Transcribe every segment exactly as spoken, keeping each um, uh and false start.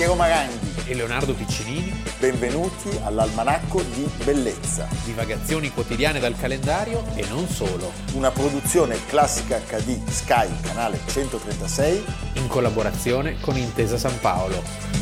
Piero Maranghi e Leonardo Piccinini. Benvenuti all'Almanacco di Bellezza. Divagazioni quotidiane dal calendario e non solo. Una produzione Classica acca di Sky, canale centotrentasei. In collaborazione con Intesa San Paolo.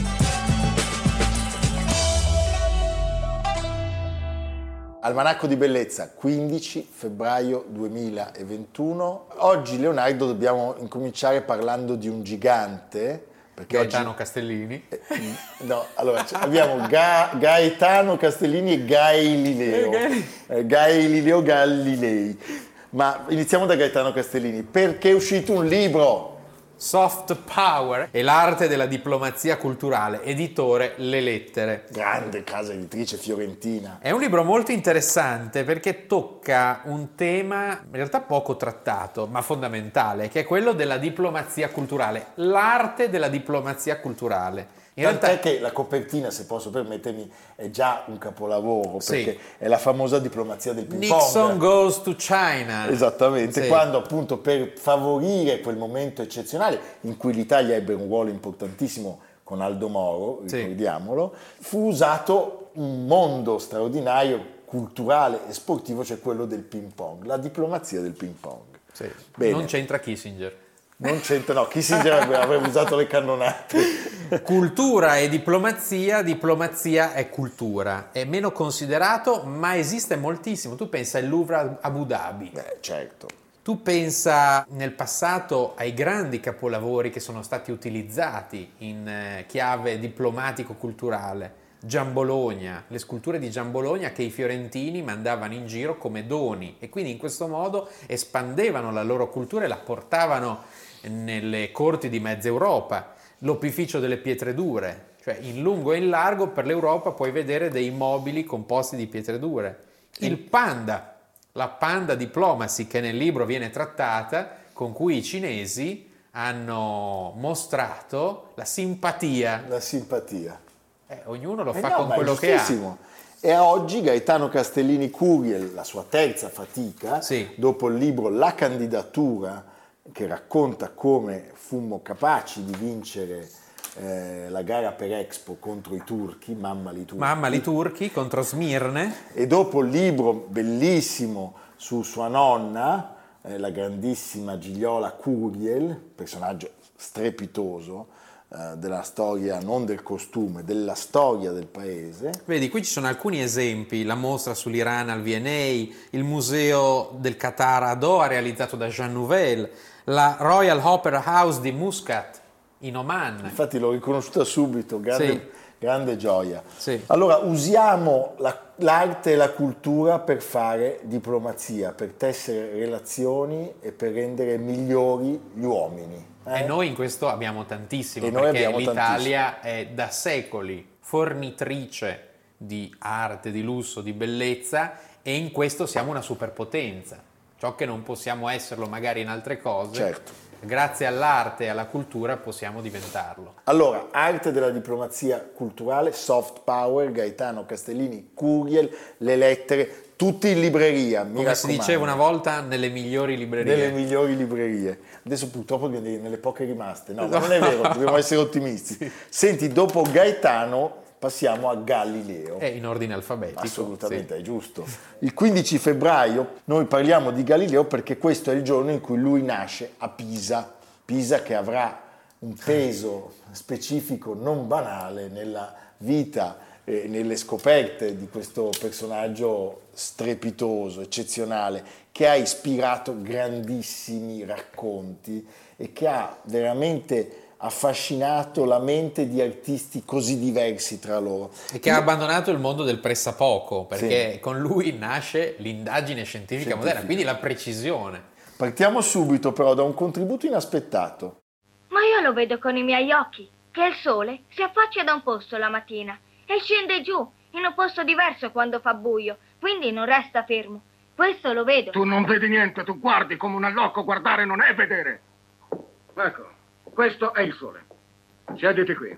Almanacco di Bellezza, quindici febbraio duemilaventuno. Oggi, Leonardo, dobbiamo incominciare parlando di un gigante. Perché Gaetano oggi... Castellini. Eh, no, allora abbiamo Ga- Gaetano Castellini e Galileo. Eh, Galileo Galilei. Ma iniziamo da Gaetano Castellini. Perché è uscito un libro? Soft Power e l'arte della diplomazia culturale, editore Le Lettere. Grande casa editrice fiorentina. È un libro molto interessante perché tocca un tema in realtà poco trattato, ma fondamentale, che è quello della diplomazia culturale, l'arte della diplomazia culturale. In Tant'è realtà... che la copertina, se posso permettermi, è già un capolavoro, perché sì. È la famosa diplomazia del ping pong. Nixon goes to China. Esattamente, sì. Quando appunto per favorire quel momento eccezionale in cui l'Italia ebbe un ruolo importantissimo con Aldo Moro, ricordiamolo, sì. fu usato un mondo straordinario, culturale e sportivo, cioè quello del ping pong, la diplomazia del ping pong. Sì. Non c'entra Kissinger. Non c'entra, no, Kissinger avrebbe usato le cannonate. Cultura e diplomazia, diplomazia è cultura, è meno considerato, ma esiste moltissimo. Tu pensa al Louvre a Abu Dhabi. Eh, certo. Tu pensa nel passato ai grandi capolavori che sono stati utilizzati in chiave diplomatico-culturale. Giambologna, le sculture di Giambologna che i fiorentini mandavano in giro come doni e quindi in questo modo espandevano la loro cultura e la portavano nelle corti di mezza Europa. L'opificio delle pietre dure, cioè in lungo e in largo per l'Europa puoi vedere dei mobili composti di pietre dure. Il panda, la panda diplomacy che nel libro viene trattata, con cui i cinesi hanno mostrato la simpatia. La simpatia. Eh, ognuno lo eh fa no, con quello che ha. E oggi Gaetano Castellini Curiel, la sua terza fatica, sì. dopo il libro La candidatura, che racconta come fummo capaci di vincere eh, la gara per Expo contro i turchi, mamma li turchi. Mamma li turchi contro Smirne. E dopo il libro bellissimo su sua nonna, eh, la grandissima Gigliola Curiel, personaggio strepitoso, della storia, non del costume, della storia del paese. Vedi, qui ci sono alcuni esempi, la mostra sull'Iran al V and A, il museo del Qatar a Doha realizzato da Jean Nouvel, la Royal Opera House di Muscat in Oman. Infatti l'ho riconosciuta subito, grande, sì. grande gioia. Sì. Allora usiamo la, l'arte e la cultura per fare diplomazia, per tessere relazioni e per rendere migliori gli uomini. Eh? E noi in questo abbiamo tantissimo, e perché abbiamo l'Italia tantissimo. è da secoli fornitrice di arte, di lusso, di bellezza e in questo siamo una superpotenza. Ciò che non possiamo esserlo magari in altre cose, certo. Grazie all'arte e alla cultura possiamo diventarlo. Allora, arte della diplomazia culturale, soft power, Gaetano Castellini Curiel, Le Lettere, tutti in libreria, mi Come raccomando. si diceva una volta, nelle migliori librerie. Nelle migliori librerie. Adesso purtroppo dobbiamo dire nelle poche rimaste. No, ma non è vero, dobbiamo essere ottimisti. Sì. Senti, dopo Gaetano passiamo a Galileo. È in ordine alfabetico. Assolutamente, sì. È giusto. Il quindici febbraio noi parliamo di Galileo perché questo è il giorno in cui lui nasce a Pisa. Pisa che avrà un peso specifico non banale nella vita e nelle scoperte di questo personaggio strepitoso, eccezionale, che ha ispirato grandissimi racconti e che ha veramente affascinato la mente di artisti così diversi tra loro. E che ha abbandonato il mondo del pressapoco, perché sì. con lui nasce l'indagine scientifica, scientifica moderna, quindi la precisione. Partiamo subito però da un contributo inaspettato. Ma io lo vedo con i miei occhi, che il sole si affaccia da un posto la mattina e scende giù in un posto diverso quando fa buio, quindi non resta fermo. Questo lo vedo. Tu non vedi niente, tu guardi come un allocco, guardare non è vedere. Ecco, questo è il sole. Siediti qui.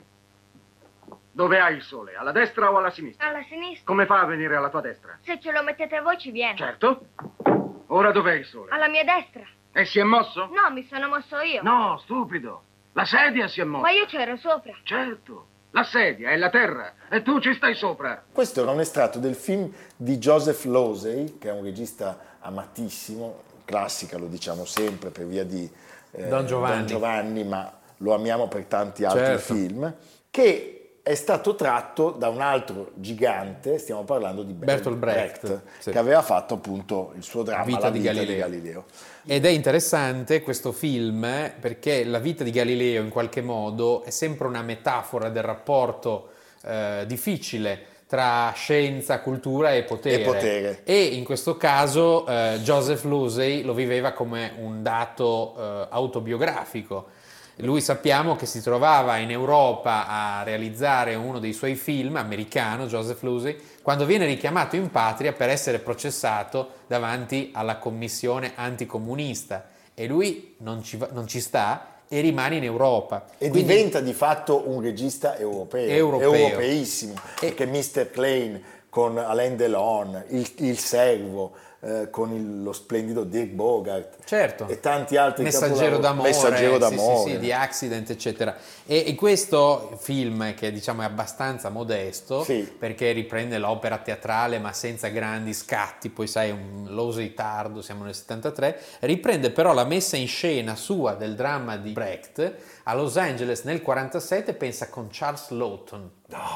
Dove hai il sole? Alla destra o alla sinistra? Alla sinistra. Come fa a venire alla tua destra? Se ce lo mettete voi ci viene. Certo. Ora dov'è il sole? Alla mia destra. E si è mosso? No, mi sono mosso io. No, stupido. La sedia si è mossa. Ma io c'ero sopra. Certo. La sedia è la terra e tu ci stai sopra. Questo era un estratto del film di Joseph Losey, che è un regista amatissimo, classica, lo diciamo sempre per via di eh, Don Giovanni. Don Giovanni, ma lo amiamo per tanti altri Certo. film, che è stato tratto da un altro gigante, stiamo parlando di Bertolt Brecht, Brecht, sì. che aveva fatto appunto il suo dramma Vita La di vita Galileo. di Galileo. Ed è interessante questo film perché la vita di Galileo in qualche modo è sempre una metafora del rapporto eh, difficile tra scienza, cultura e potere. E potere. E in questo caso eh, Joseph Losey lo viveva come un dato eh, autobiografico. Lui sappiamo che si trovava in Europa a realizzare uno dei suoi film, americano, Joseph Losey, quando viene richiamato in patria per essere processato davanti alla commissione anticomunista. E lui non ci, va, non ci sta e rimane in Europa. E Quindi, diventa di fatto un regista europeo, Europeo. europeissimo, E- perché mister Klein con Alain Delon, Il, il Servo, eh, con il- lo splendido Dirk Bogart, certo, e tanti altri Messaggero capolavori. d'amore, Messaggero sì, d'amore. sì, sì, di Accident, eccetera. E, e questo film, che diciamo è abbastanza modesto, Sì. perché riprende l'opera teatrale ma senza grandi scatti, poi sai, un Losey tardo, siamo nel settantatré, riprende però la messa in scena sua del dramma di Brecht a Los Angeles nel quarantasette, pensa con Charles Lawton.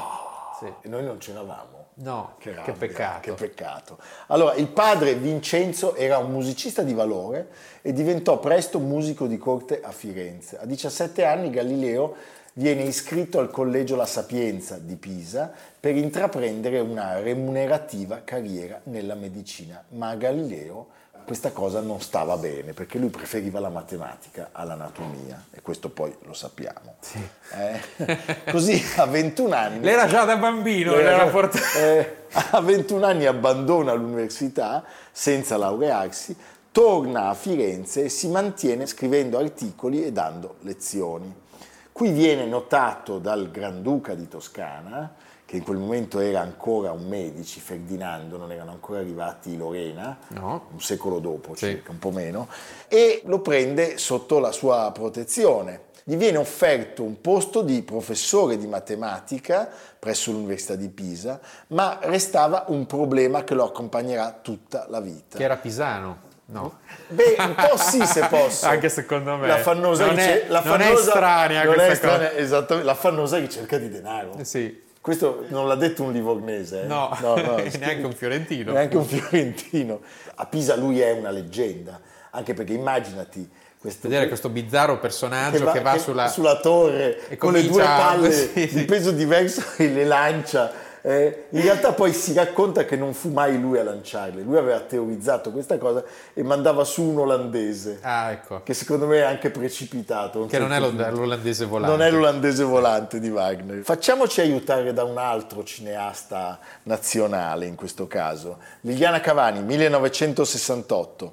Sì. E noi non ce l'avamo. No, che, rabbia, peccato. Che peccato. Allora, il padre Vincenzo era un musicista di valore e diventò presto musico di corte a Firenze. A diciassette anni Galileo viene iscritto al Collegio La Sapienza di Pisa per intraprendere una remunerativa carriera nella medicina, ma a Galileo questa cosa non stava bene perché lui preferiva la matematica all'anatomia e questo poi lo sappiamo. Sì. Eh? Così a ventuno anni... L'era già da bambino, Era- l'era portato. eh, a ventuno anni abbandona l'università senza laurearsi, torna a Firenze e si mantiene scrivendo articoli e dando lezioni. Qui viene notato dal Granduca di Toscana, che in quel momento era ancora un Medici, Ferdinando, non erano ancora arrivati i Lorena, No. un secolo dopo, Sì. circa, un po' meno, e lo prende sotto la sua protezione. Gli viene offerto un posto di professore di matematica presso l'Università di Pisa, ma restava un problema che lo accompagnerà tutta la vita. Che era pisano. No. Beh, un po' sì, se posso. Anche secondo me. La fannosa non, rice- è, la non è fannosa- estranea non è questa estranea, cosa. esattamente, la fannosa ricerca di denaro. Sì. Questo non l'ha detto un livornese. eh. No, neanche un fiorentino. Neanche un fiorentino. A Pisa lui è una leggenda, anche perché immaginati questo, Vedere questo bizzarro personaggio che va, che- sulla... sulla torre e con le due comincia- palle sì, sì. di peso diverso e le lancia. Eh, in realtà poi si racconta che non fu mai lui a lanciarle, lui aveva teorizzato questa cosa e mandava su un olandese, Ah, ecco. che secondo me è anche precipitato. a un Che non è certo l'o- punto. l'olandese volante. Non è l'olandese volante di Wagner. Facciamoci aiutare da un altro cineasta nazionale in questo caso, Liliana Cavani, millenovecentosessantotto.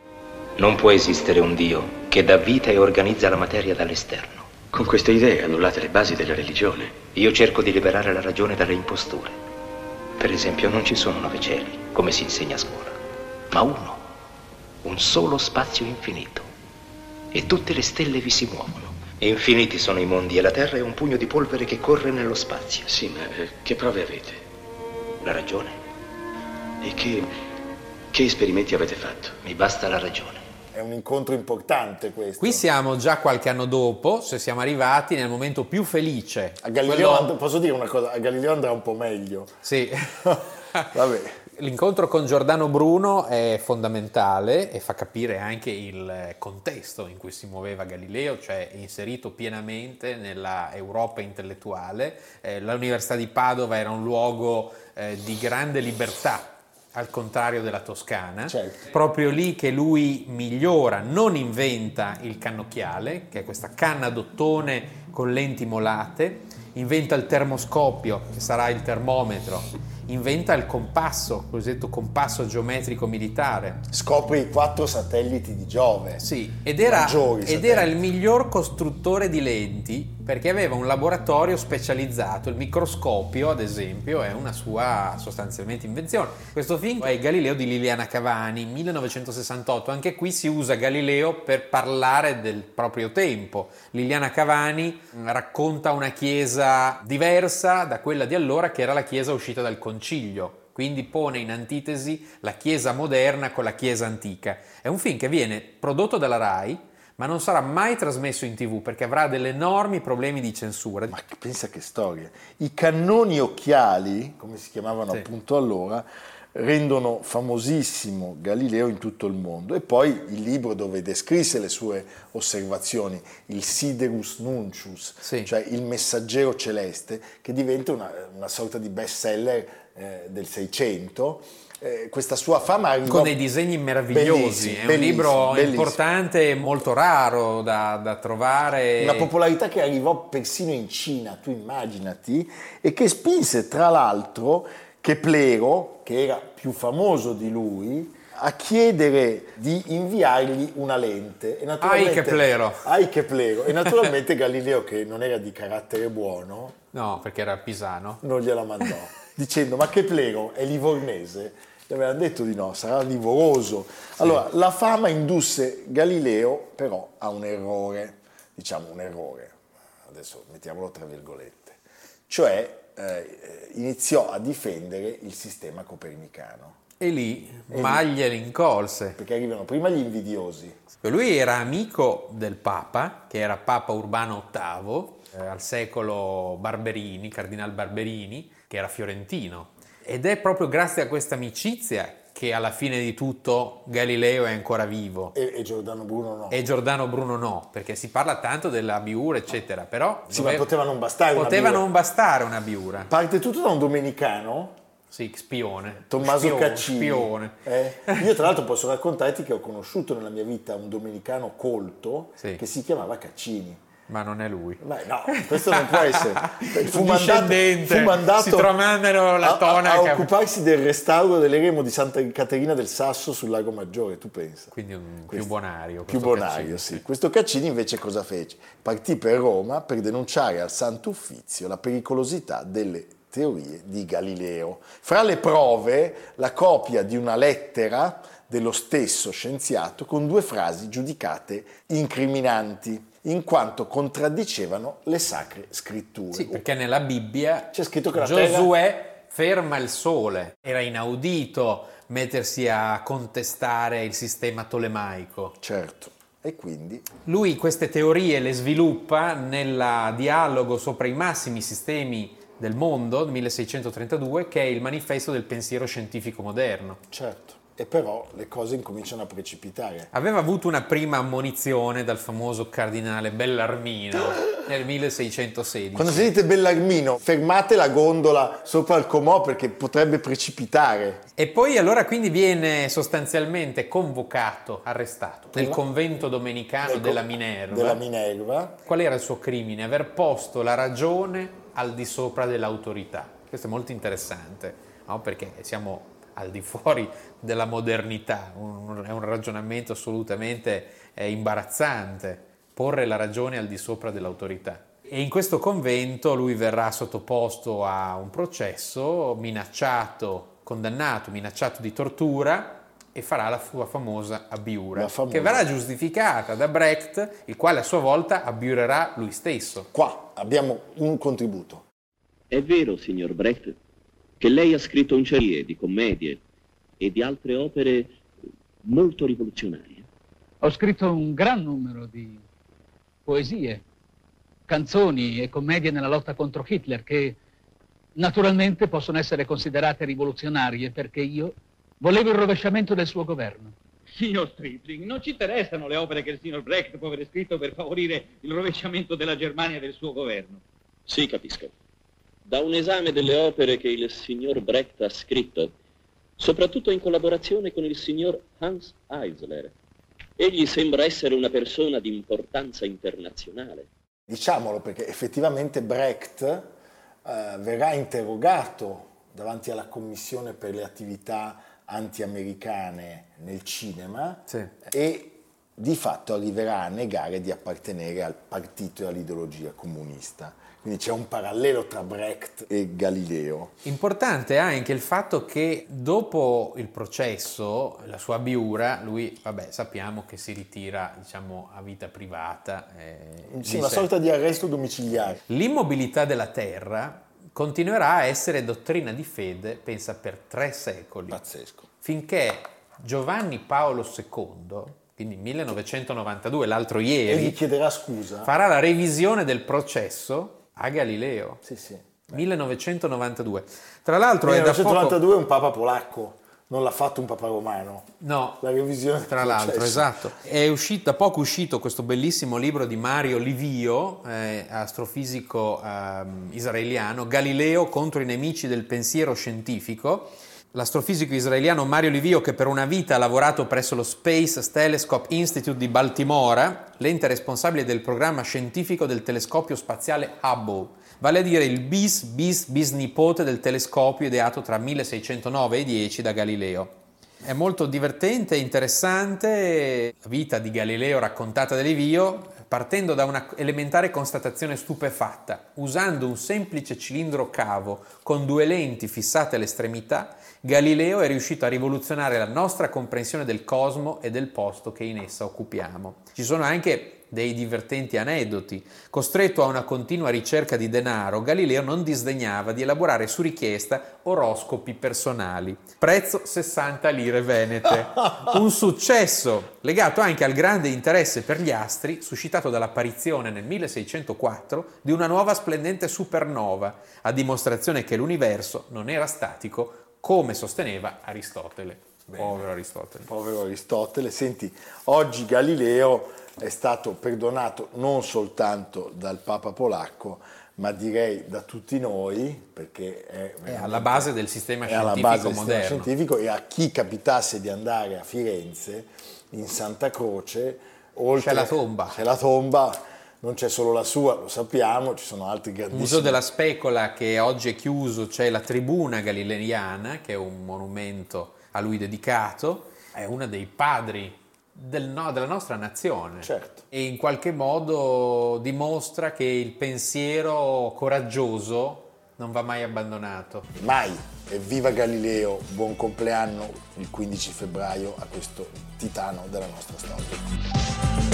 Non può esistere un Dio che dà vita e organizza la materia dall'esterno. Con queste idee annullate le basi della religione. Io cerco di liberare la ragione dalle imposture. Per esempio, non ci sono nove cieli, come si insegna a scuola, ma uno, un solo spazio infinito. E tutte le stelle vi si muovono. E infiniti sono i mondi e la Terra è un pugno di polvere che corre nello spazio. Sì, ma eh, che prove avete? La ragione? E che, che esperimenti avete fatto? Mi basta la ragione. È un incontro importante questo. Qui siamo già qualche anno dopo, se siamo arrivati nel momento più felice. A Galileo, Quello- and- posso dire una cosa, a Galileo andrà un po' meglio. Sì. Vabbè. L'incontro con Giordano Bruno è fondamentale e fa capire anche il contesto in cui si muoveva Galileo, cioè inserito pienamente nella Europa intellettuale. Eh, l'Università di Padova era un luogo eh, di grande libertà, al contrario della Toscana. Certo. Proprio lì che lui migliora, non inventa il cannocchiale, che è questa canna d'ottone con lenti molate, inventa il termoscopio, che sarà il termometro, inventa il compasso, cosiddetto compasso geometrico militare. Scopre i quattro satelliti di Giove. Sì, ed era, Maggiori ed satelliti. era il miglior costruttore di lenti perché aveva un laboratorio specializzato. Il microscopio, ad esempio, è una sua sostanzialmente invenzione. Questo film è Galileo di Liliana Cavani, millenovecentosessantotto. Anche qui si usa Galileo per parlare del proprio tempo. Liliana Cavani racconta una chiesa diversa da quella di allora, che era la chiesa uscita dal concilio. Quindi pone in antitesi la chiesa moderna con la chiesa antica. È un film che viene prodotto dalla Rai, ma non sarà mai trasmesso in tv perché avrà degli enormi problemi di censura. Ma pensa che storia. I cannoni occhiali, come si chiamavano Sì. appunto allora, rendono famosissimo Galileo in tutto il mondo. E poi il libro dove descrisse le sue osservazioni, il Siderus Nuncius, Sì. cioè il messaggero celeste, che diventa una, una sorta di bestseller eh, del Seicento. Eh, questa sua fama arrivò... Con dei disegni meravigliosi. Bellissimo, è un bellissimo, libro bellissimo. importante e molto raro da, da trovare. Una popolarità che arrivò persino in Cina, tu immaginati, e che spinse tra l'altro Keplero, che era più famoso di lui, a chiedere di inviargli una lente. E naturalmente, Ai Keplero. Ai Keplero. E naturalmente Galileo, che non era di carattere buono, No, perché era pisano. non gliela mandò, dicendo: ma Keplero è livornese? Gli avevano detto di no, sarà livoroso. Allora, la fama indusse Galileo però a un errore, diciamo un errore, adesso mettiamolo tra virgolette, cioè eh, iniziò a difendere il sistema copernicano. E lì maglia l'incolse. Perché arrivano prima gli invidiosi. Lui era amico del Papa, che era Papa Urbano ottavo, eh, al secolo Barberini, Cardinal Barberini, che era fiorentino. Ed è proprio grazie a questa amicizia che alla fine di tutto Galileo è ancora vivo. E, e Giordano Bruno no. E Giordano Bruno no, perché si parla tanto della Biura, eccetera, però... Sì, ma poteva non bastare una Poteva Biura. non bastare una Biura. Parte tutto da un domenicano, Sì, spione. Tommaso Spione, Caccini. Spione. Eh? Io tra l'altro posso raccontarti che ho conosciuto nella mia vita un domenicano colto Sì. che si chiamava Caccini. Ma non è lui. Beh, no, questo non può essere. Fu Un mandato, discendente. fu mandato Si tramandano la a- tonaca. a, a occuparsi del restauro dell'eremo di Santa Caterina del Sasso sul Lago Maggiore, tu pensa. Quindi un più Questo- bonario. Più questo bonario, Caccini, sì. Questo Caccini invece cosa fece? Partì per Roma per denunciare al Santo Uffizio la pericolosità delle teorie di Galileo. Fra le prove, la copia di una lettera dello stesso scienziato con due frasi giudicate incriminanti, in quanto contraddicevano le sacre scritture. Sì, perché nella Bibbia C'è scritto che la Giosuè ferma il sole. Era inaudito mettersi a contestare il sistema tolemaico. Certo. E quindi Lui queste teorie le sviluppa nel dialogo sopra i massimi sistemi del mondo, milleseicentotrentadue, che è il manifesto del pensiero scientifico moderno. certo. E però le cose incominciano a precipitare. Aveva avuto una prima ammonizione dal famoso cardinale Bellarmino nel milleseicentosedici. Quando sentite Bellarmino, fermate la gondola sopra il Comò perché potrebbe precipitare. E poi allora quindi viene sostanzialmente convocato, arrestato nel Nella- convento domenicano Ecco, della Minerva. Della Minerva. Qual era il suo crimine? Aver posto la ragione al di sopra dell'autorità. Questo è molto interessante, no? Perché siamo al di fuori della modernità, un- è un ragionamento assolutamente eh, imbarazzante, porre la ragione al di sopra dell'autorità. E in questo convento lui verrà sottoposto a un processo, minacciato, condannato, minacciato di tortura, e farà la sua famosa abiura, La famosa. che verrà giustificata da Brecht, il quale a sua volta abiurerà lui stesso. Qua abbiamo un contributo. È vero, signor Brecht, che lei ha scritto un serie di commedie e di altre opere molto rivoluzionarie. Ho scritto un gran numero di poesie, canzoni e commedie nella lotta contro Hitler che naturalmente possono essere considerate rivoluzionarie perché io volevo il rovesciamento del suo governo. Signor Stripling, non ci interessano le opere che il signor Brecht può aver scritto per favorire il rovesciamento della Germania e del suo governo. Sì, capisco. Da un esame delle opere che il signor Brecht ha scritto, soprattutto in collaborazione con il signor Hans Eisler, egli sembra essere una persona di importanza internazionale. Diciamolo perché effettivamente Brecht eh, verrà interrogato davanti alla Commissione per le attività anti-americane nel cinema Sì. e di fatto arriverà a negare di appartenere al partito e all'ideologia comunista. Quindi c'è un parallelo tra Brecht e Galileo. Importante anche il fatto che dopo il processo, la sua abiura, lui, vabbè, sappiamo che si ritira, diciamo, a vita privata. Eh, sì, una sorta di arresto domiciliare. L'immobilità della terra continuerà a essere dottrina di fede, pensa, per tre secoli. Pazzesco. Finché Giovanni Paolo secondo, quindi millenovecentonovantadue, l'altro ieri, e gli chiederà scusa, farà la revisione del processo a Galileo. Sì, sì. millenovecentonovantadue. Tra l'altro millenovecentonovantadue è da poco... è un papa polacco, non l'ha fatto un papa romano. No, la revisione tra l'altro, processo. Esatto. È uscito, da poco uscito questo bellissimo libro di Mario Livio, eh, astrofisico eh, israeliano, Galileo contro i nemici del pensiero scientifico. L'astrofisico israeliano Mario Livio, che per una vita ha lavorato presso lo Space Telescope Institute di Baltimora, l'ente responsabile del programma scientifico del telescopio spaziale Hubble, vale a dire il bis bis bisnipote del telescopio ideato tra milleseicentonove e dieci da Galileo. È molto divertente e interessante la vita di Galileo raccontata da Livio, partendo da una elementare constatazione stupefatta. Usando un semplice cilindro cavo con due lenti fissate all'estremità, Galileo è riuscito a rivoluzionare la nostra comprensione del cosmo e del posto che in essa occupiamo. Ci sono anche dei divertenti aneddoti. Costretto a una continua ricerca di denaro, Galileo non disdegnava di elaborare su richiesta oroscopi personali. Prezzo sessanta lire venete. Un successo legato anche al grande interesse per gli astri suscitato dall'apparizione nel milleseicentoquattro di una nuova splendente supernova, a dimostrazione che l'universo non era statico come sosteneva Aristotele. Bene. Povero Aristotele. Povero Aristotele. Senti, oggi Galileo è stato perdonato non soltanto dal Papa polacco, ma direi da tutti noi, perché è, è alla base del sistema è scientifico alla base del moderno. sistema scientifico, e a chi capitasse di andare a Firenze, in Santa Croce, oltre c'è la tomba. C'è la tomba. Non c'è solo la sua, lo sappiamo, ci sono altri grandissimi. Museo della Specola, che oggi è chiuso, c'è la Tribuna Galileiana, che è un monumento a lui dedicato, è uno dei padri del no, della nostra nazione. Certo. E in qualche modo dimostra che il pensiero coraggioso non va mai abbandonato. Mai. E viva Galileo, buon compleanno il quindici febbraio a questo titano della nostra storia.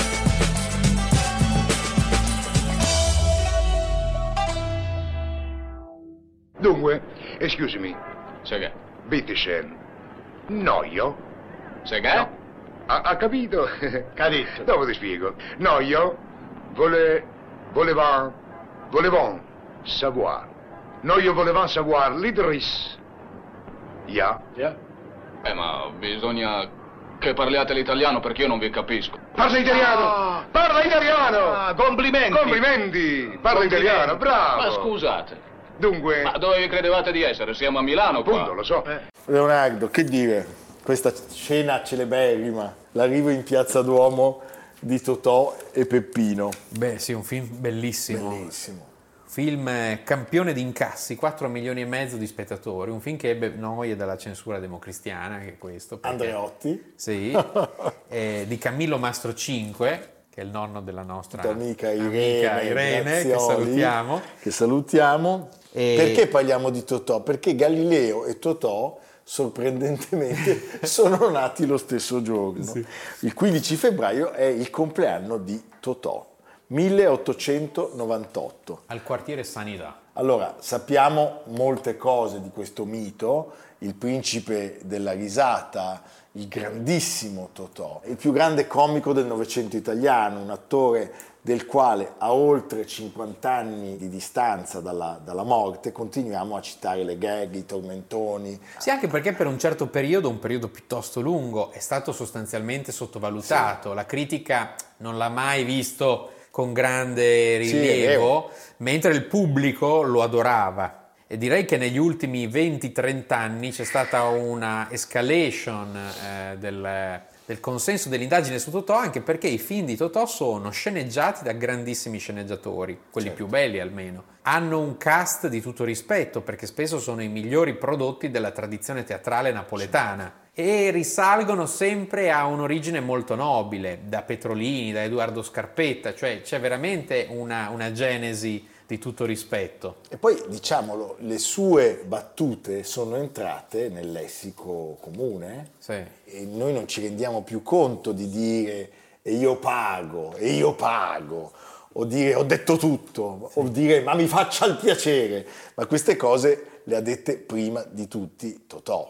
Dunque, excuse me. Seghe. Bitteschön. Noio? Seghe? No. Ha, ha capito? Cadetto. Dopo ti spiego. Noio vole, voleva, volevon savoir. Noio volevant savoir l'Idris. Ja? Yeah. Eh, ma bisogna che parliate l'italiano perché io non vi capisco. Parla italiano! Ah. Parla italiano! Ah, complimenti! Complimenti! Parla Complimenti. italiano, bravo! Ma scusate. Dunque... Ma dove vi credevate di essere? Siamo a Milano qua. Appunto, lo so. Eh. Leonardo, che dire? Questa scena celeberrima, l'arrivo in Piazza Duomo di Totò e Peppino. Beh, sì, un film bellissimo. Bellissimo. Film eh, campione di incassi, quattro milioni e mezzo di spettatori, un film che ebbe noie dalla censura democristiana, che è questo. Perché, Andreotti. Sì, eh, di Camillo Mastrocinque, che è il nonno della nostra Tua amica Irene, amica Irene, che Grazioli, salutiamo. Che salutiamo. E... Perché parliamo di Totò? Perché Galileo e Totò, sorprendentemente, sono nati lo stesso giorno. Sì. Il quindici febbraio è il compleanno di Totò, milleottocentonovantotto. Al quartiere Sanità. Allora, sappiamo molte cose di questo mito, il principe della risata, il grandissimo Totò, il più grande comico del Novecento italiano, un attore del quale a oltre cinquanta anni di distanza dalla, dalla morte continuiamo a citare le gag, i tormentoni. Sì, anche perché per un certo periodo, un periodo piuttosto lungo, è stato sostanzialmente sottovalutato. Sì. La critica non l'ha mai visto con grande rilievo, sì, mentre il pubblico lo adorava. E direi che negli ultimi venti trenta anni c'è stata una escalation eh, del, del consenso dell'indagine su Totò, anche perché i film di Totò sono sceneggiati da grandissimi sceneggiatori, quelli certo. più belli almeno. Hanno un cast di tutto rispetto, perché spesso sono i migliori prodotti della tradizione teatrale napoletana. e risalgono sempre a un'origine molto nobile, da Petrolini, da Edoardo Scarpetta, cioè c'è veramente una, una genesi di tutto rispetto. E poi, diciamolo, le sue battute sono entrate nel lessico comune, sì. E noi non ci rendiamo più conto di dire e io pago, e io pago, o dire ho detto tutto, sì. O dire ma mi faccia il piacere, ma queste cose le ha dette prima di tutti Totò.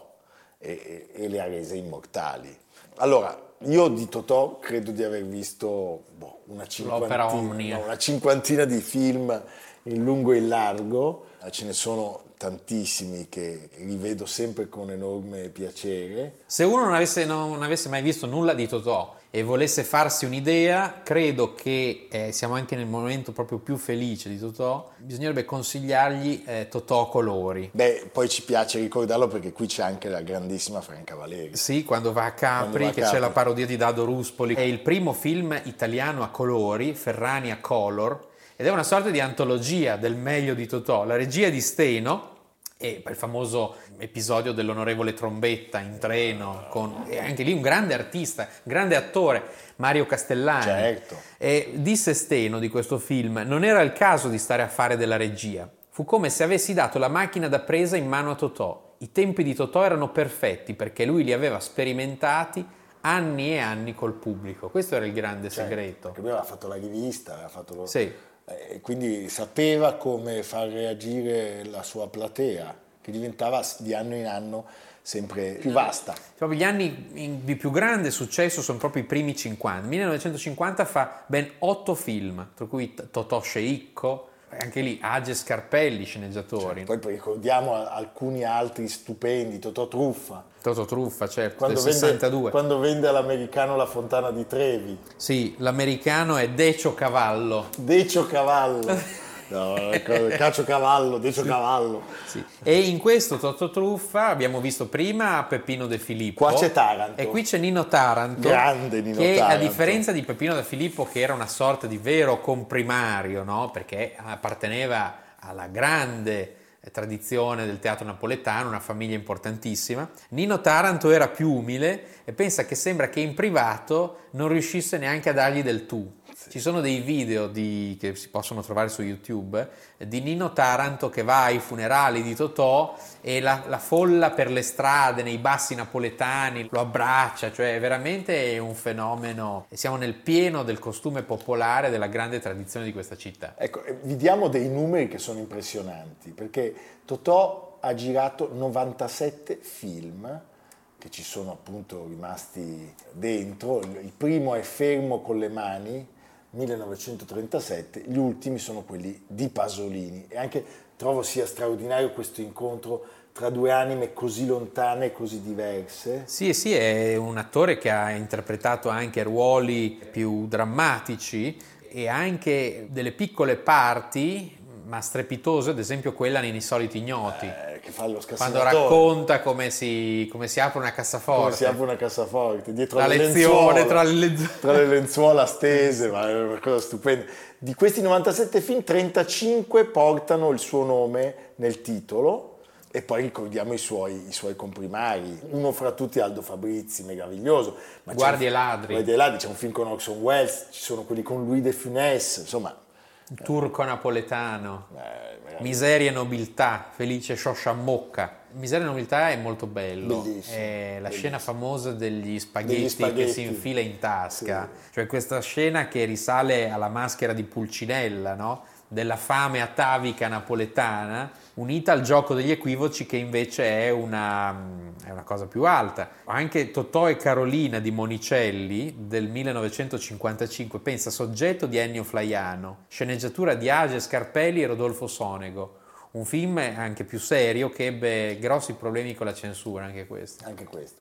E, e le ha rese immortali. Allora, io di Totò credo di aver visto boh, una, cinquantina, no, una cinquantina di film in lungo e in largo, ce ne sono tantissimi che rivedo sempre con enorme piacere. Se uno non avesse, non avesse mai visto nulla di Totò e volesse farsi un'idea, credo che eh, siamo anche nel momento proprio più felice di Totò, bisognerebbe consigliargli eh, Totò a colori. Beh, poi ci piace ricordarlo perché qui c'è anche la grandissima Franca Valeri. Sì, quando va a Capri, va a che Capri. C'è la parodia di Dado Ruspoli. È il primo film italiano a colori, Ferrani a color, ed è una sorta di antologia del meglio di Totò. La regia di Steno, e il famoso episodio dell'onorevole Trombetta in treno, con e anche lì un grande artista, grande attore, Mario Castellani. Certo. E disse Steno di questo film: non era il caso di stare a fare della regia, fu come se avessi dato la macchina da presa in mano a Totò. I tempi di Totò erano perfetti perché lui li aveva sperimentati anni e anni col pubblico. Questo era il grande Certo, segreto. perché lui aveva fatto la rivista, aveva fatto lo... Sì. E quindi sapeva come far reagire la sua platea, che diventava di anno in anno sempre più vasta. Proprio gli anni in- di più grande successo sono proprio i primi cinquanta. millenovecentocinquanta fa ben otto film, tra cui T- Totò Sceicco, anche lì Age Scarpelli, sceneggiatori. Cioè, poi ricordiamo alcuni altri stupendi, Totò Truffa. Totò Truffa, certo, Quando del vende, sessantadue. quando vende all'americano La Fontana di Trevi. Sì, l'americano è Decio Cavallo. Decio Cavallo. No, Cacio Cavallo, Decio Cavallo. Sì. E in questo Totò Truffa abbiamo visto prima Peppino De Filippo. Qua c'è Taranto. E qui c'è Nino Taranto. Grande Nino che, Taranto. a differenza di Peppino De Filippo, che era una sorta di vero comprimario, no? Perché apparteneva alla grande tradizione del teatro napoletano, una famiglia importantissima, Nino Taranto era più umile e pensa che sembra che in privato non riuscisse neanche a dargli del tu. Ci sono dei video di, che si possono trovare su YouTube di Nino Taranto che va ai funerali di Totò e la, la folla per le strade, nei bassi napoletani, lo abbraccia, cioè è veramente un fenomeno. Siamo nel pieno del costume popolare della grande tradizione di questa città. Ecco, vi diamo dei numeri che sono impressionanti, perché Totò ha girato novantasette film che ci sono appunto rimasti dentro. Il primo è Fermo con le mani, millenovecentotrentasette, gli ultimi sono quelli di Pasolini, e anche trovo sia straordinario questo incontro tra due anime così lontane e così diverse. Sì, sì, è un attore che ha interpretato anche ruoli più drammatici e anche delle piccole parti ma strepitose, ad esempio quella nei Soliti Ignoti, eh, che fa lo quando racconta come si, come si apre una cassaforte, come si apre una cassaforte dietro la le lezione, lenzuola, tra le lenzuola. tra le lenzuola stese, ma è una cosa stupenda. Di questi novantasette film, trentacinque portano il suo nome nel titolo, e poi ricordiamo i suoi, i suoi comprimari. Uno fra tutti Aldo Fabrizi, meraviglioso. Ma Guardie e ladri. Guardie e ladri, c'è un film con Orson Welles, ci sono quelli con Louis de Funès, insomma. Il turco napoletano, Eh, Miseria e nobiltà, Felice Sciosciamocca. Miseria e nobiltà è molto bello, Bellissimo, è la bellissimo. scena famosa degli spaghetti, Degli spaghetti. che si infila in tasca, Sì. cioè questa scena che risale alla maschera di Pulcinella, no? Della fame atavica napoletana, unita al gioco degli equivoci, che invece è una, è una cosa più alta. Anche Totò e Carolina di Monicelli del millenovecentocinquantacinque, pensa, soggetto di Ennio Flaiano, sceneggiatura di Age Scarpelli e Rodolfo Sonego, un film anche più serio che ebbe grossi problemi con la censura, anche questo. Anche questo.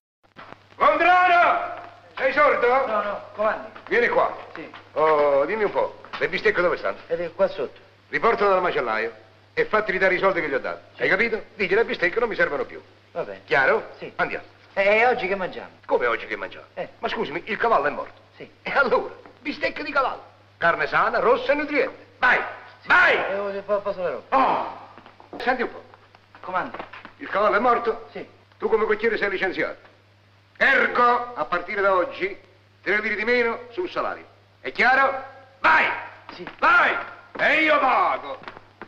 Londrano! Sei sordo? No, no, comandi. Vieni qua. Sì. Oh, dimmi un po', le bistecche dove stanno? Ed è qua sotto. Riportalo dal macellaio e fatti ridare i soldi che gli ho dato. Hai capito? Digli, le bistecche non mi servono più. Va bene. Chiaro? Sì. Andiamo. E oggi che mangiamo? Come oggi che mangiamo? Eh. Ma scusami, il cavallo è morto. Sì. E allora? Bistecche di cavallo. Carne sana, rossa e nutriente. Vai! Vai! E ora posso la roba? Oh! Senti un po'. Comandi. Il cavallo è morto? Sì. Tu come cocchiere sei licenziato. Ergo, a partire da oggi, tre lire di meno sul salario. È chiaro? Vai! Sì. Vai! E io pago!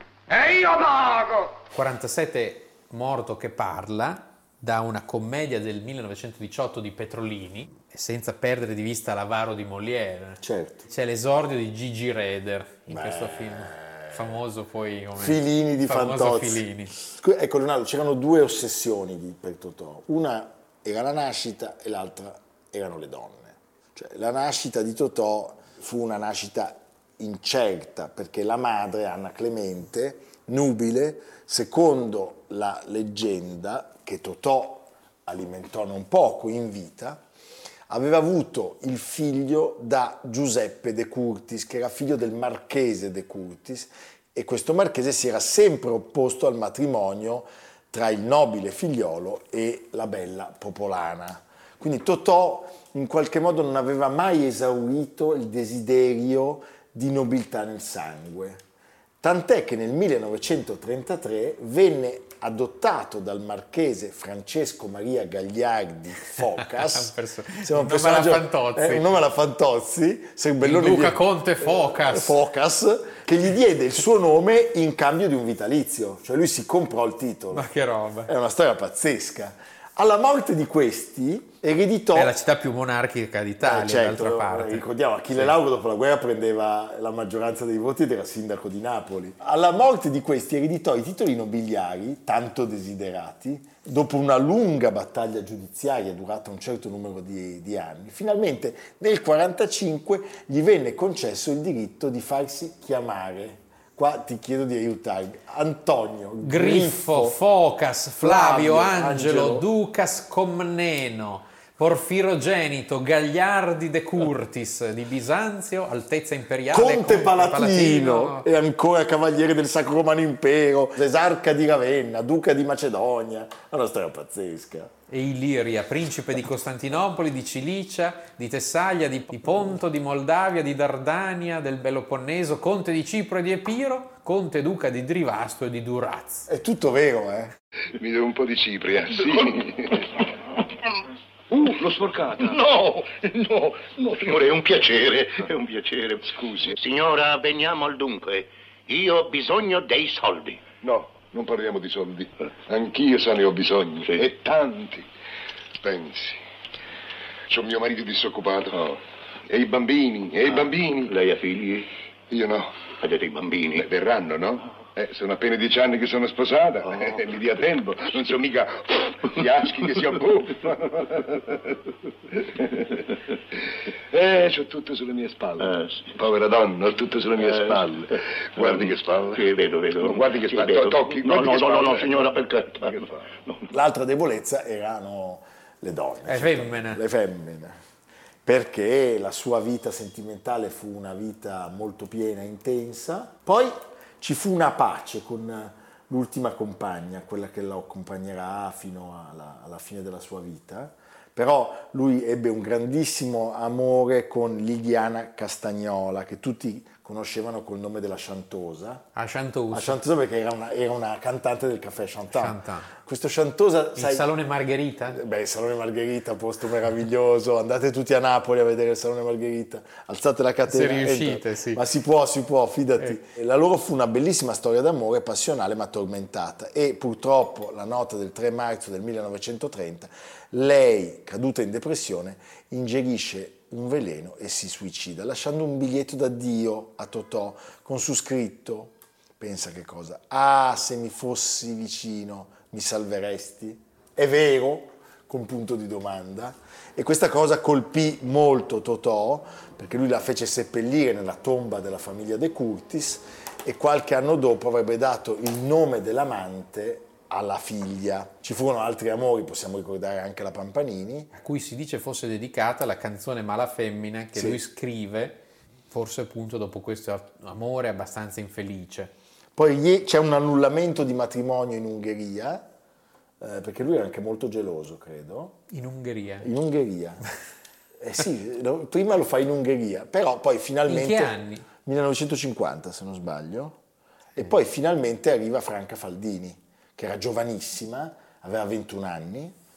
E io pago! quarantasette Morto che parla, da una commedia del millenovecentodiciotto di Petrolini, e senza perdere di vista l'avaro di Molière. Certo. C'è l'esordio di Gigi Reder in Beh, questo film, famoso poi come Filini di famoso Fantozzi. Filini. Ecco Leonardo, c'erano due ossessioni di, per Totò. Una era la nascita e l'altra erano le donne. Cioè, la nascita di Totò fu una nascita incerta, perché la madre, Anna Clemente, nubile, secondo la leggenda che Totò alimentò non poco in vita, aveva avuto il figlio da Giuseppe De Curtis, che era figlio del marchese De Curtis, e questo marchese si era sempre opposto al matrimonio tra il nobile figliolo e la bella popolana. Quindi Totò in qualche modo non aveva mai esaurito il desiderio di nobiltà nel sangue. Tant'è che nel millenovecentotrentatré venne adottato dal marchese Francesco Maria Gagliardi Focas. un nome alla Fantozzi. Eh, un nome alla Fantozzi. Il Duca Conte Focas. Focas, che gli diede il suo nome in cambio di un vitalizio. Cioè lui si comprò il titolo. Ma che roba. È una storia pazzesca. Alla morte di questi ereditò... È la città più monarchica d'Italia, eh, certo, d'altra parte. Ricordiamo, Achille sì. Lauro dopo la guerra prendeva la maggioranza dei voti ed era sindaco di Napoli. Alla morte di questi ereditò i titoli nobiliari, tanto desiderati, dopo una lunga battaglia giudiziaria durata un certo numero di, di anni. Finalmente nel millenovecentoquarantacinque gli venne concesso il diritto di farsi chiamare... Qua ti chiedo di aiutarmi. Antonio Griffo, Griffo Focas, Flavio, Flavio Angelo, Angelo, Ducas Comneno, Porfirogenito, Gagliardi De Curtis di Bisanzio, Altezza Imperiale, Conte Palatino, Palatino e ancora Cavaliere del Sacro Romano Impero, Esarca di Ravenna, Duca di Macedonia. È una storia pazzesca. E Iliria, principe di Costantinopoli, di Cilicia, di Tessaglia, di Ponto, di Moldavia, di Dardania, del Peloponneso, conte di Cipro e di Epiro, conte duca di Drivasto e di Duraz. È tutto vero, eh? Mi do un po' di cipria, sì. Uh, l'ho sporcata. No, no, no, signore, è un piacere, è un piacere, scusi. Signora, veniamo al dunque. Io ho bisogno dei soldi. No, non parliamo di soldi. Anch'io se ne ho bisogno, sì. E tanti. Pensi, c'ho mio marito disoccupato. Oh. E i bambini, e ah. i bambini. Lei ha figli? Io no. Avete i bambini? Beh, verranno, no? Eh, sono appena dieci anni che sono sposata, oh. eh, mi dia tempo, non sono mica gli aschi che si abbuffano. Eh, c'ho tutto sulle mie spalle. Eh, sì. Povera donna, ho tutto sulle mie eh, spalle. Guardi che spalle. Sì, vedo, vedo. Guardi che spalle, sì, tocchi. No, no, che no, no, no, signora, perché? No. L'altra debolezza erano le donne. Le femmine. Le femmine. Perché la sua vita sentimentale fu una vita molto piena, intensa. Poi ci fu una pace con l'ultima compagna, quella che lo accompagnerà fino alla, alla fine della sua vita, però lui ebbe un grandissimo amore con Liliana Castagnola, che tutti conoscevano col nome della Chantosa. A Chantosa. A Chantosa perché era una, era una cantante del caffè Chantal. Chantal. Questo Chantosa... Il sai, Salone Margherita? Beh, il Salone Margherita, posto meraviglioso. Andate tutti a Napoli a vedere il Salone Margherita. Alzate la catena. Se riuscite, entra. sì. Ma si può, si può, fidati. Eh. La loro fu una bellissima storia d'amore, passionale ma tormentata. E purtroppo la notte del tre marzo del millenovecentotrenta, lei, caduta in depressione, ingerisce un veleno e si suicida, lasciando un biglietto d'addio a Totò con su scritto, pensa che cosa, ah, se mi fossi vicino mi salveresti? È vero? Con punto di domanda. E questa cosa colpì molto Totò, perché lui la fece seppellire nella tomba della famiglia De Curtis e qualche anno dopo avrebbe dato il nome dell'amante alla figlia. Ci furono altri amori, possiamo ricordare anche la Pampanini, a cui si dice fosse dedicata la canzone Mala Femmina che sì. lui scrive, forse appunto dopo questo amore abbastanza infelice. Poi c'è un annullamento di matrimonio in Ungheria, eh, perché lui era anche molto geloso, credo. In Ungheria? In Ungheria. Eh sì, lo, prima lo fa in Ungheria, però poi finalmente... In che anni? millenovecentocinquanta, se non sbaglio. E poi finalmente arriva Franca Faldini, che era giovanissima, aveva ventuno anni,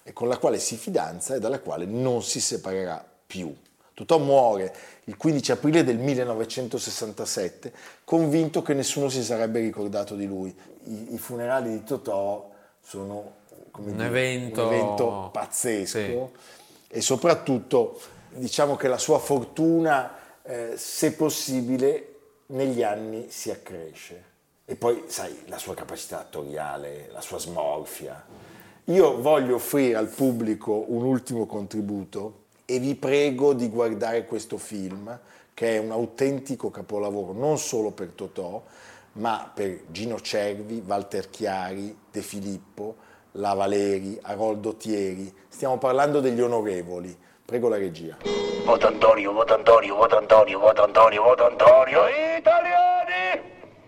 e con la quale si fidanza e dalla quale non si separerà più. Totò muore il quindici aprile del millenovecentosessantasette, convinto che nessuno si sarebbe ricordato di lui. I, i funerali di Totò sono come un, dire, evento... un evento pazzesco, sì. E soprattutto diciamo che la sua fortuna, eh, se possibile, negli anni si accresce. E poi, sai, la sua capacità attoriale, la sua smorfia. Io voglio offrire al pubblico un ultimo contributo e vi prego di guardare questo film, che è un autentico capolavoro, non solo per Totò, ma per Gino Cervi, Walter Chiari, De Filippo, La Valeri, Aroldo Thieri. Stiamo parlando degli Onorevoli. Prego la regia. Voto Antonio, voto Antonio, voto Antonio, voto Antonio, voto Antonio. Italiani,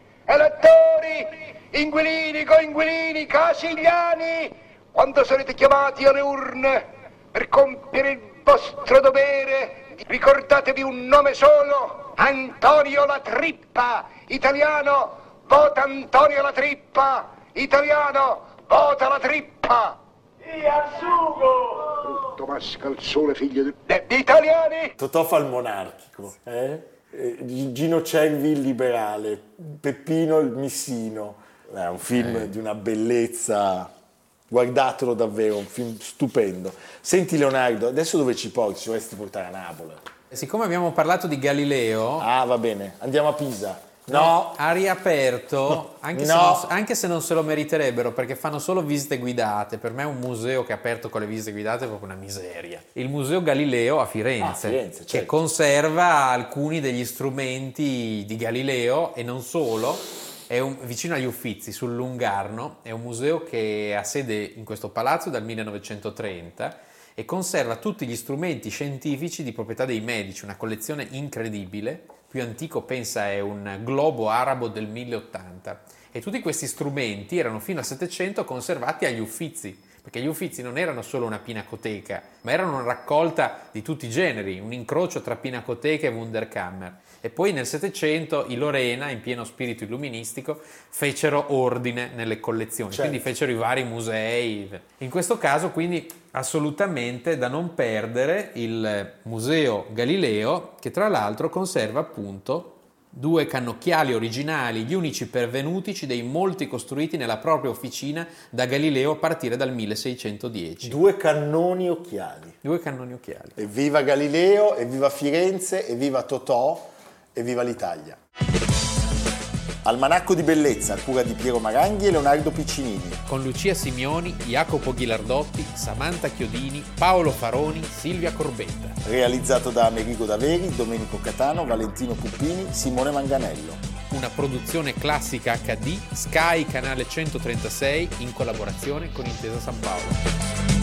elettori, inquilini, coinquilini, casigliani, quando sarete chiamati alle urne per compiere il vostro dovere, ricordatevi un nome solo: Antonio La Trippa. Italiano, vota Antonio La Trippa. Italiano, vota La Trippa. Io assugo. Brutto mascalzone, figlio di... Eh, italiani. Totò fa il monarchico, eh? Eh, Gino Cervi il liberale, Peppino il missino. È un film eh. di una bellezza... Guardatelo davvero, un film stupendo. Senti Leonardo, adesso dove ci porti? Ci dovresti portare a Napoli. Siccome abbiamo parlato di Galileo... Ah, va bene, andiamo a Pisa. No, no. ha riaperto, anche, no. se non, anche se non se lo meriterebbero, perché fanno solo visite guidate. Per me un museo che è aperto con le visite guidate è proprio una miseria. Il Museo Galileo a Firenze, ah, Firenze certo. che conserva alcuni degli strumenti di Galileo e non solo. È un, vicino agli Uffizi, sul Lungarno. È un museo che ha sede in questo palazzo dal millenovecentotrenta e conserva tutti gli strumenti scientifici di proprietà dei medici, una collezione incredibile. Più antico, pensa, è un globo arabo del mille ottanta, e tutti questi strumenti erano fino al Settecento conservati agli Uffizi, perché gli Uffizi non erano solo una pinacoteca, ma erano una raccolta di tutti i generi, un incrocio tra pinacoteca e Wunderkammer. E poi nel Settecento i Lorena, in pieno spirito illuministico, fecero ordine nelle collezioni, certo. Quindi fecero i vari musei. In questo caso quindi assolutamente da non perdere il Museo Galileo, che tra l'altro conserva appunto due cannocchiali originali, gli unici pervenutici dei molti costruiti nella propria officina da Galileo a partire dal milleseicentodieci. Due cannoni occhiali. Due cannoni occhiali. Evviva Galileo, evviva Firenze, evviva Totò, evviva l'Italia. Almanacco di bellezza a cura di Piero Maranghi e Leonardo Piccinini. Con Lucia Simioni, Jacopo Ghilardotti, Samantha Chiodini, Paolo Faroni, Silvia Corbetta. Realizzato da Amerigo Daveri, Domenico Catano, Valentino Puppini, Simone Manganello. Una produzione classica acca di, Sky Canale centotrentasei in collaborazione con Intesa San Paolo.